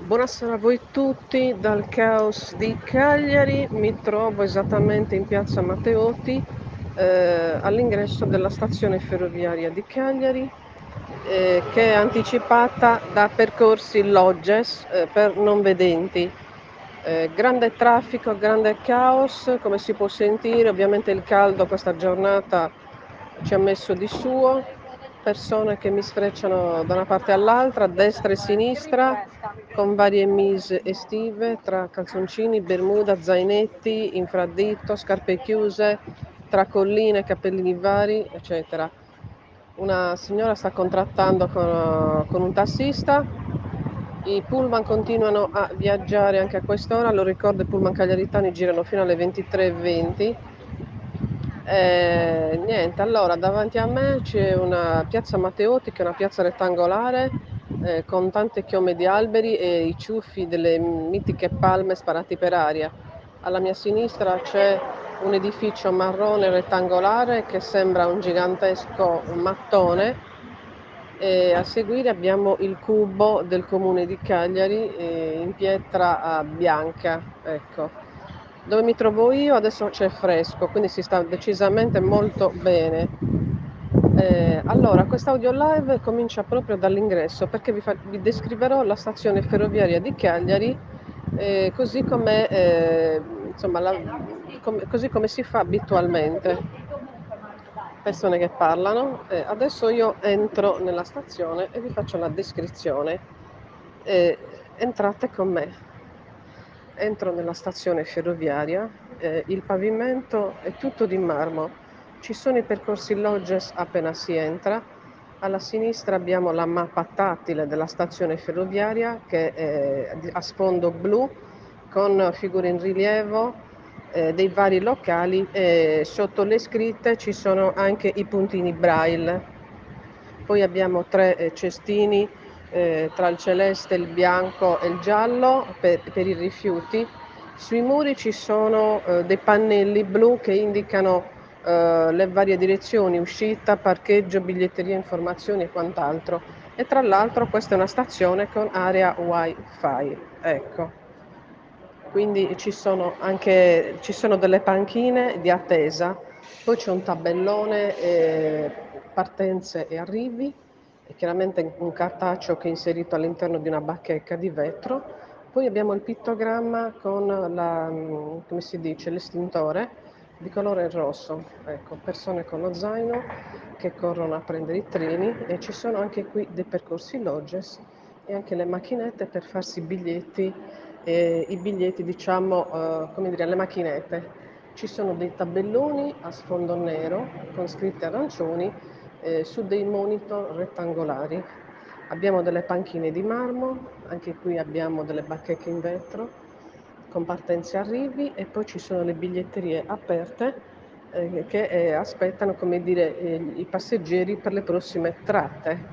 Buonasera a voi tutti dal caos di Cagliari. Mi trovo esattamente in piazza Matteotti, all'ingresso della stazione ferroviaria di Cagliari, che è anticipata da percorsi Logges, per non vedenti. Grande traffico, grande caos, come si può sentire. Ovviamente il caldo questa giornata ci ha messo di suo, persone che mi sfrecciano da una parte all'altra, a destra e sinistra, con varie mise estive, tra calzoncini, bermuda, zainetti, infradito, scarpe chiuse, tra colline, cappellini vari, eccetera. Una signora sta contrattando con un tassista. I pullman continuano a viaggiare anche a quest'ora, lo ricordo i pullman cagliaritani girano fino alle 23:20. Niente, allora davanti a me c'è una piazza Matteotti, che è una piazza rettangolare, con tante chiome di alberi e i ciuffi delle mitiche palme sparati per aria. Alla mia sinistra c'è un edificio marrone rettangolare che sembra un gigantesco mattone, e a seguire abbiamo il cubo del comune di Cagliari, in pietra bianca, ecco. Dove mi trovo io adesso c'è fresco, quindi si sta decisamente molto bene. Allora, quest'audio live comincia proprio dall'ingresso, perché vi descriverò la stazione ferroviaria di Cagliari, così come, insomma, così come si fa abitualmente. Persone che parlano. Adesso io entro nella stazione e vi faccio la descrizione. Eh, Entrate con me. Entro nella stazione ferroviaria, il pavimento è tutto di marmo, ci sono i percorsi Logges appena si entra. Alla sinistra abbiamo la mappa tattile della stazione ferroviaria, che è a sfondo blu, con figure in rilievo, dei vari locali, e sotto le scritte ci sono anche i puntini braille. Poi abbiamo tre cestini, tra il celeste, il bianco e il giallo, per i rifiuti. Sui muri ci sono dei pannelli blu che indicano le varie direzioni: uscita, parcheggio, biglietteria, informazioni e quant'altro. E tra l'altro questa è una stazione con area wifi, ecco. Quindi ci sono delle panchine di attesa, poi c'è un tabellone, partenze e arrivi, e chiaramente un cartaceo che è inserito all'interno di una bacheca di vetro. Poi abbiamo il pittogramma con come si dice, l'estintore di colore rosso, ecco, persone con lo zaino che corrono a prendere i treni, e ci sono anche qui dei percorsi Logges e anche le macchinette per farsi i biglietti, diciamo, come dire, alle macchinette. Ci sono dei tabelloni a sfondo nero con scritte arancioni, su dei monitor rettangolari. Abbiamo delle panchine di marmo, anche qui abbiamo delle bacheche in vetro con partenze e arrivi, e poi ci sono le biglietterie aperte, che aspettano, come dire, i passeggeri per le prossime tratte.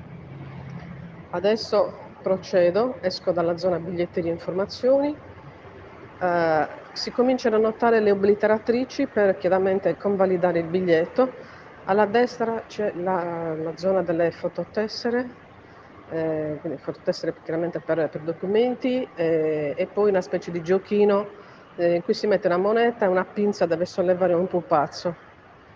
Adesso procedo, esco dalla zona biglietterie e informazioni. Si cominciano a notare le obliteratrici per chiaramente convalidare il biglietto. Alla destra c'è la zona delle fototessere, quindi fototessere chiaramente per documenti, e poi una specie di giochino, in cui si mette una moneta e una pinza deve sollevare un pupazzo.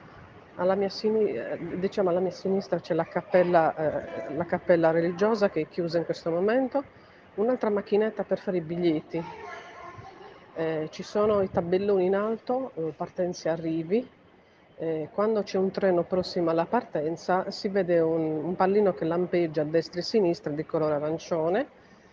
Diciamo alla mia sinistra c'è la cappella religiosa, che è chiusa in questo momento, un'altra macchinetta per fare i biglietti. Ci sono i tabelloni in alto, partenze e arrivi. Quando c'è un treno prossimo alla partenza si vede un pallino che lampeggia a destra e a sinistra di colore arancione.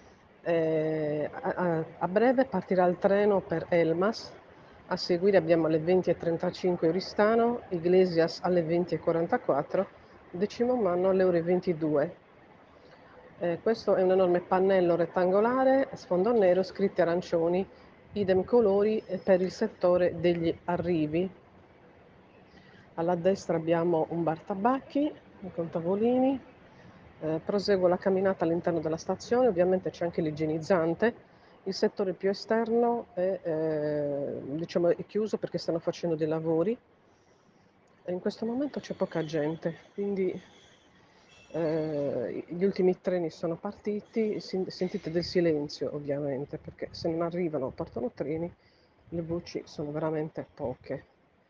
A breve partirà il treno per Elmas. A seguire abbiamo alle 20:35 Oristano, Iglesias alle 20:44, Decimomannu alle ore 22. Questo è un enorme pannello rettangolare a sfondo nero, scritti arancioni, idem colori per il settore degli arrivi. Alla destra abbiamo un bar tabacchi con tavolini. Proseguo la camminata all'interno della stazione, ovviamente c'è anche l'igienizzante. Il settore più esterno diciamo, è chiuso perché stanno facendo dei lavori, e in questo momento c'è poca gente, quindi Gli ultimi treni sono partiti, sentite del silenzio ovviamente, perché se non arrivano o partono treni, le voci sono veramente poche.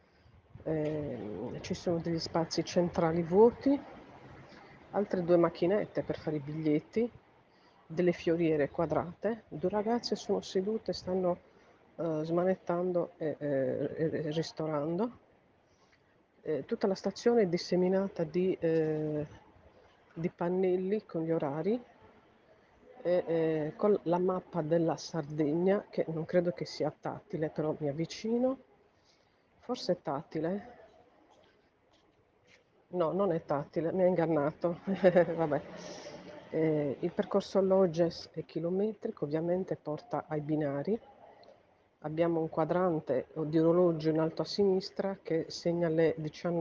Ci sono degli spazi centrali vuoti, altre 2 macchinette per fare i biglietti, delle fioriere quadrate, 2 ragazze sono sedute, stanno, smanettando e ristorando. Tutta la stazione è disseminata di pannelli con gli orari e, con la mappa della Sardegna, che non credo che sia tattile, però mi avvicino. Forse è tattile? No, non è tattile, mi ha ingannato. Vabbè. Il percorso Logges è chilometrico, ovviamente porta ai binari. Abbiamo un quadrante di orologio in alto a sinistra che segna le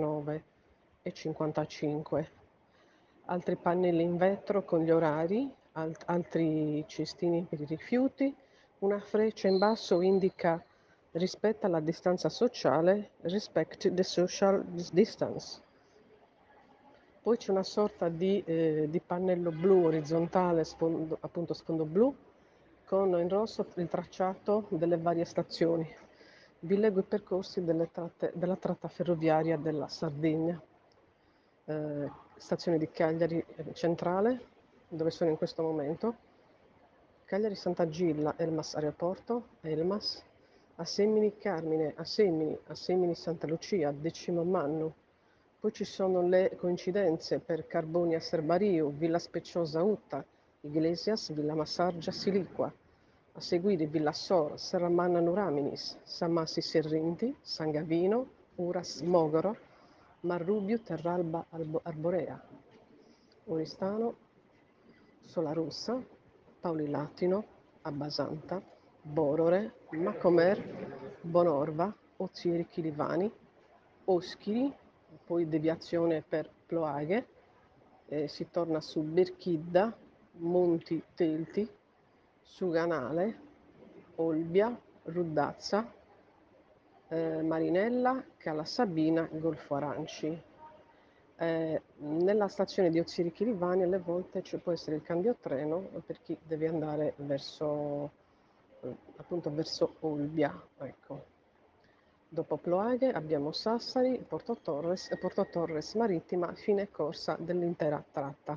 19:55. Altri pannelli in vetro con gli orari, altri cestini per i rifiuti. Una freccia in basso indica rispetta la distanza sociale, respect the social distance. Poi c'è una sorta di pannello blu orizzontale, appunto sfondo blu, con in rosso il tracciato delle varie stazioni. Vi leggo i percorsi della tratta ferroviaria della Sardegna. Stazione di Cagliari centrale, dove sono in questo momento. Cagliari Sant'Agilla, Elmas Aeroporto, Elmas. Assemini Carmine, Assemini Santa Lucia, Decimomannu. Poi ci sono le coincidenze per Carboni a Serbariu, Villa Speciosa Utta, Iglesias, Villa Massargia Siliqua. A seguire Villa Sor, Serramanna Nuraminis, Samassi Serrinti, San Gavino, Uras Mogoro, Marrubiu Terralba Arborea, Oristano, Solarussa, Paulilatino, Abbasanta, Borore, Macomer, Bonorva, Ozieri Chilivani, Oschiri, poi deviazione per Ploaghe, si torna su Berchidda, Monti Telti, Suganale, Olbia, Ruddazza, Marinella, Cala Sabina, Golfo Aranci. Nella stazione di Ozieri Chirivani alle volte ci può essere il cambio treno per chi deve andare verso, appunto verso Olbia, ecco. Dopo Ploaghe abbiamo Sassari, Porto Torres Marittima, fine corsa dell'intera tratta.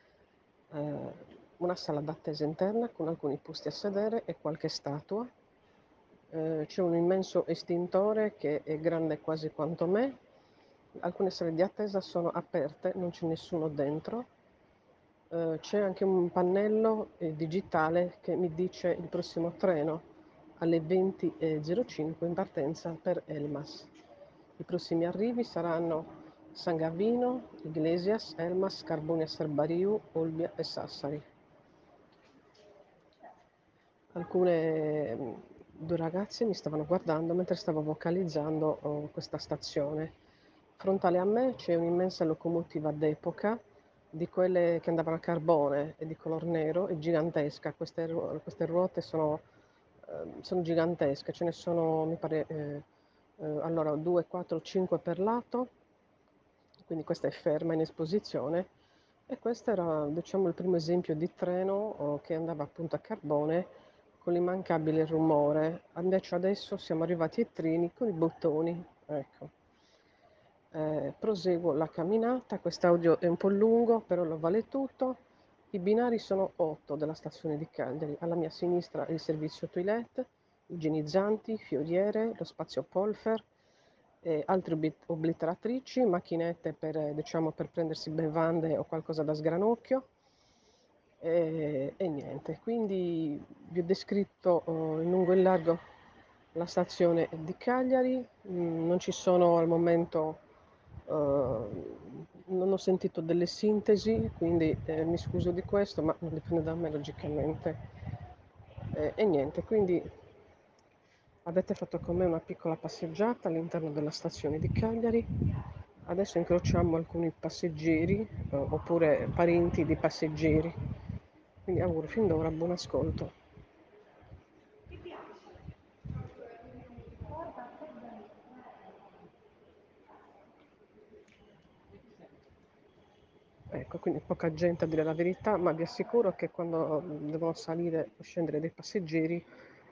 Una sala d'attesa interna con alcuni posti a sedere e qualche statua. C'è un immenso estintore che è grande quasi quanto me. Alcune sale di attesa sono aperte, non c'è nessuno dentro. C'è anche un pannello digitale che mi dice il prossimo treno alle 20:05 in partenza per Elmas. I prossimi arrivi saranno San Gavino, Iglesias, Elmas, Carbonia Serbariu, Olbia e Sassari. Alcune 2 ragazze mi stavano guardando mentre stavo vocalizzando, questa stazione. Frontale a me c'è un'immensa locomotiva d'epoca, di quelle che andavano a carbone e di color nero, è gigantesca. Queste ruote sono gigantesche, ce ne sono mi pare, allora 2, 4, 5 per lato, quindi questa è ferma in esposizione e questo era, diciamo, il primo esempio di treno che andava appunto a carbone con l'immancabile rumore. Invece adesso siamo arrivati ai treni con i bottoni, ecco. Proseguo la camminata, quest'audio è un po' lungo, però lo vale tutto. I binari sono 8 della stazione di Cagliari. Alla mia sinistra il servizio toilet, igienizzanti, fioriere, lo spazio polfer, altre obliteratrici, macchinette per, diciamo, per prendersi bevande o qualcosa da sgranocchio. E niente, quindi vi ho descritto in lungo e in largo la stazione di Cagliari. Non ci sono al momento, non ho sentito delle sintesi, quindi mi scuso di questo, ma non dipende da me logicamente. E niente, quindi avete fatto con me una piccola passeggiata all'interno della stazione di Cagliari. Adesso incrociamo alcuni passeggeri, oppure parenti di passeggeri. Quindi auguro fin d'ora buon ascolto. Ecco, quindi poca gente a dire la verità, ma vi assicuro che quando devono salire o scendere dei passeggeri.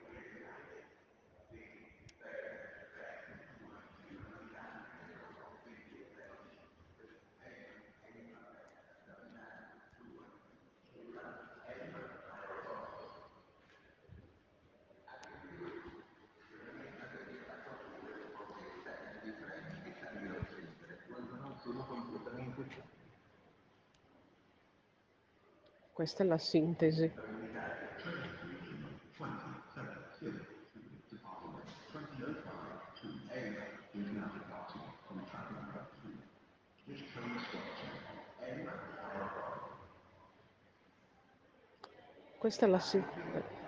Questa è la sintesi. Questa è la sintesi.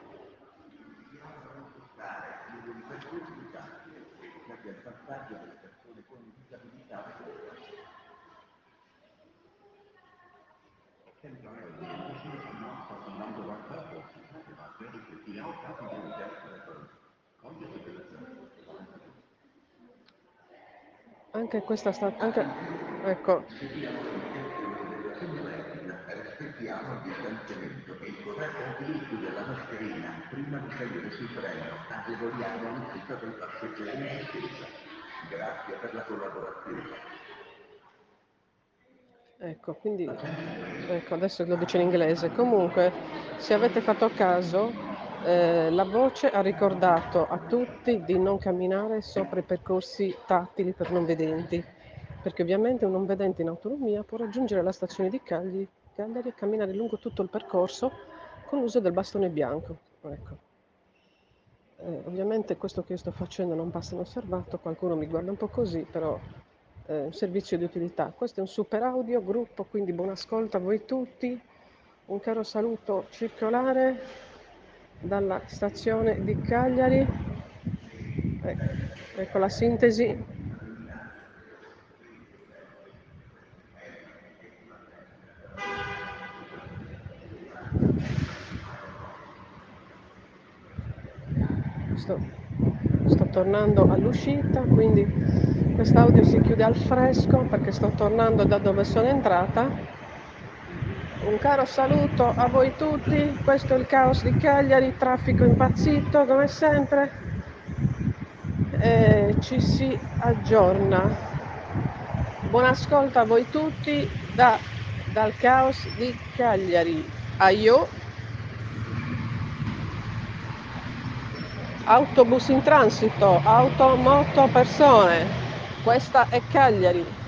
Anche questa sta... Anche... Ecco, Rispettiamo il distanziamento e il corretto utilizzo della mascherina prima di salire sul treno. Agevoliamo l'uscita del passeggero in attesa. Grazie per la collaborazione. ecco, quindi... Ecco, adesso lo dice in inglese. Comunque, se avete fatto caso, la voce ha ricordato a tutti di non camminare sopra i percorsi tattili per non vedenti, perché ovviamente un non vedente in autonomia può raggiungere la stazione di Cagliari e camminare lungo tutto il percorso con l'uso del bastone bianco. Ecco. Ovviamente questo che io sto facendo non passa inosservato, qualcuno mi guarda un po' così, però è un servizio di utilità. Questo è un super audio gruppo, quindi buon ascolto a voi tutti. Un caro saluto circolare dalla stazione di Cagliari. Ecco la sintesi. Sto, sto tornando all'uscita, quindi quest'audio si chiude al fresco perché sto tornando da dove sono entrata. Un caro saluto a voi tutti, questo è il caos di Cagliari, traffico impazzito come sempre e ci si aggiorna. Buon ascolto a voi tutti dal caos di Cagliari. Aio, autobus in transito, auto, moto, persone. Questa è Cagliari.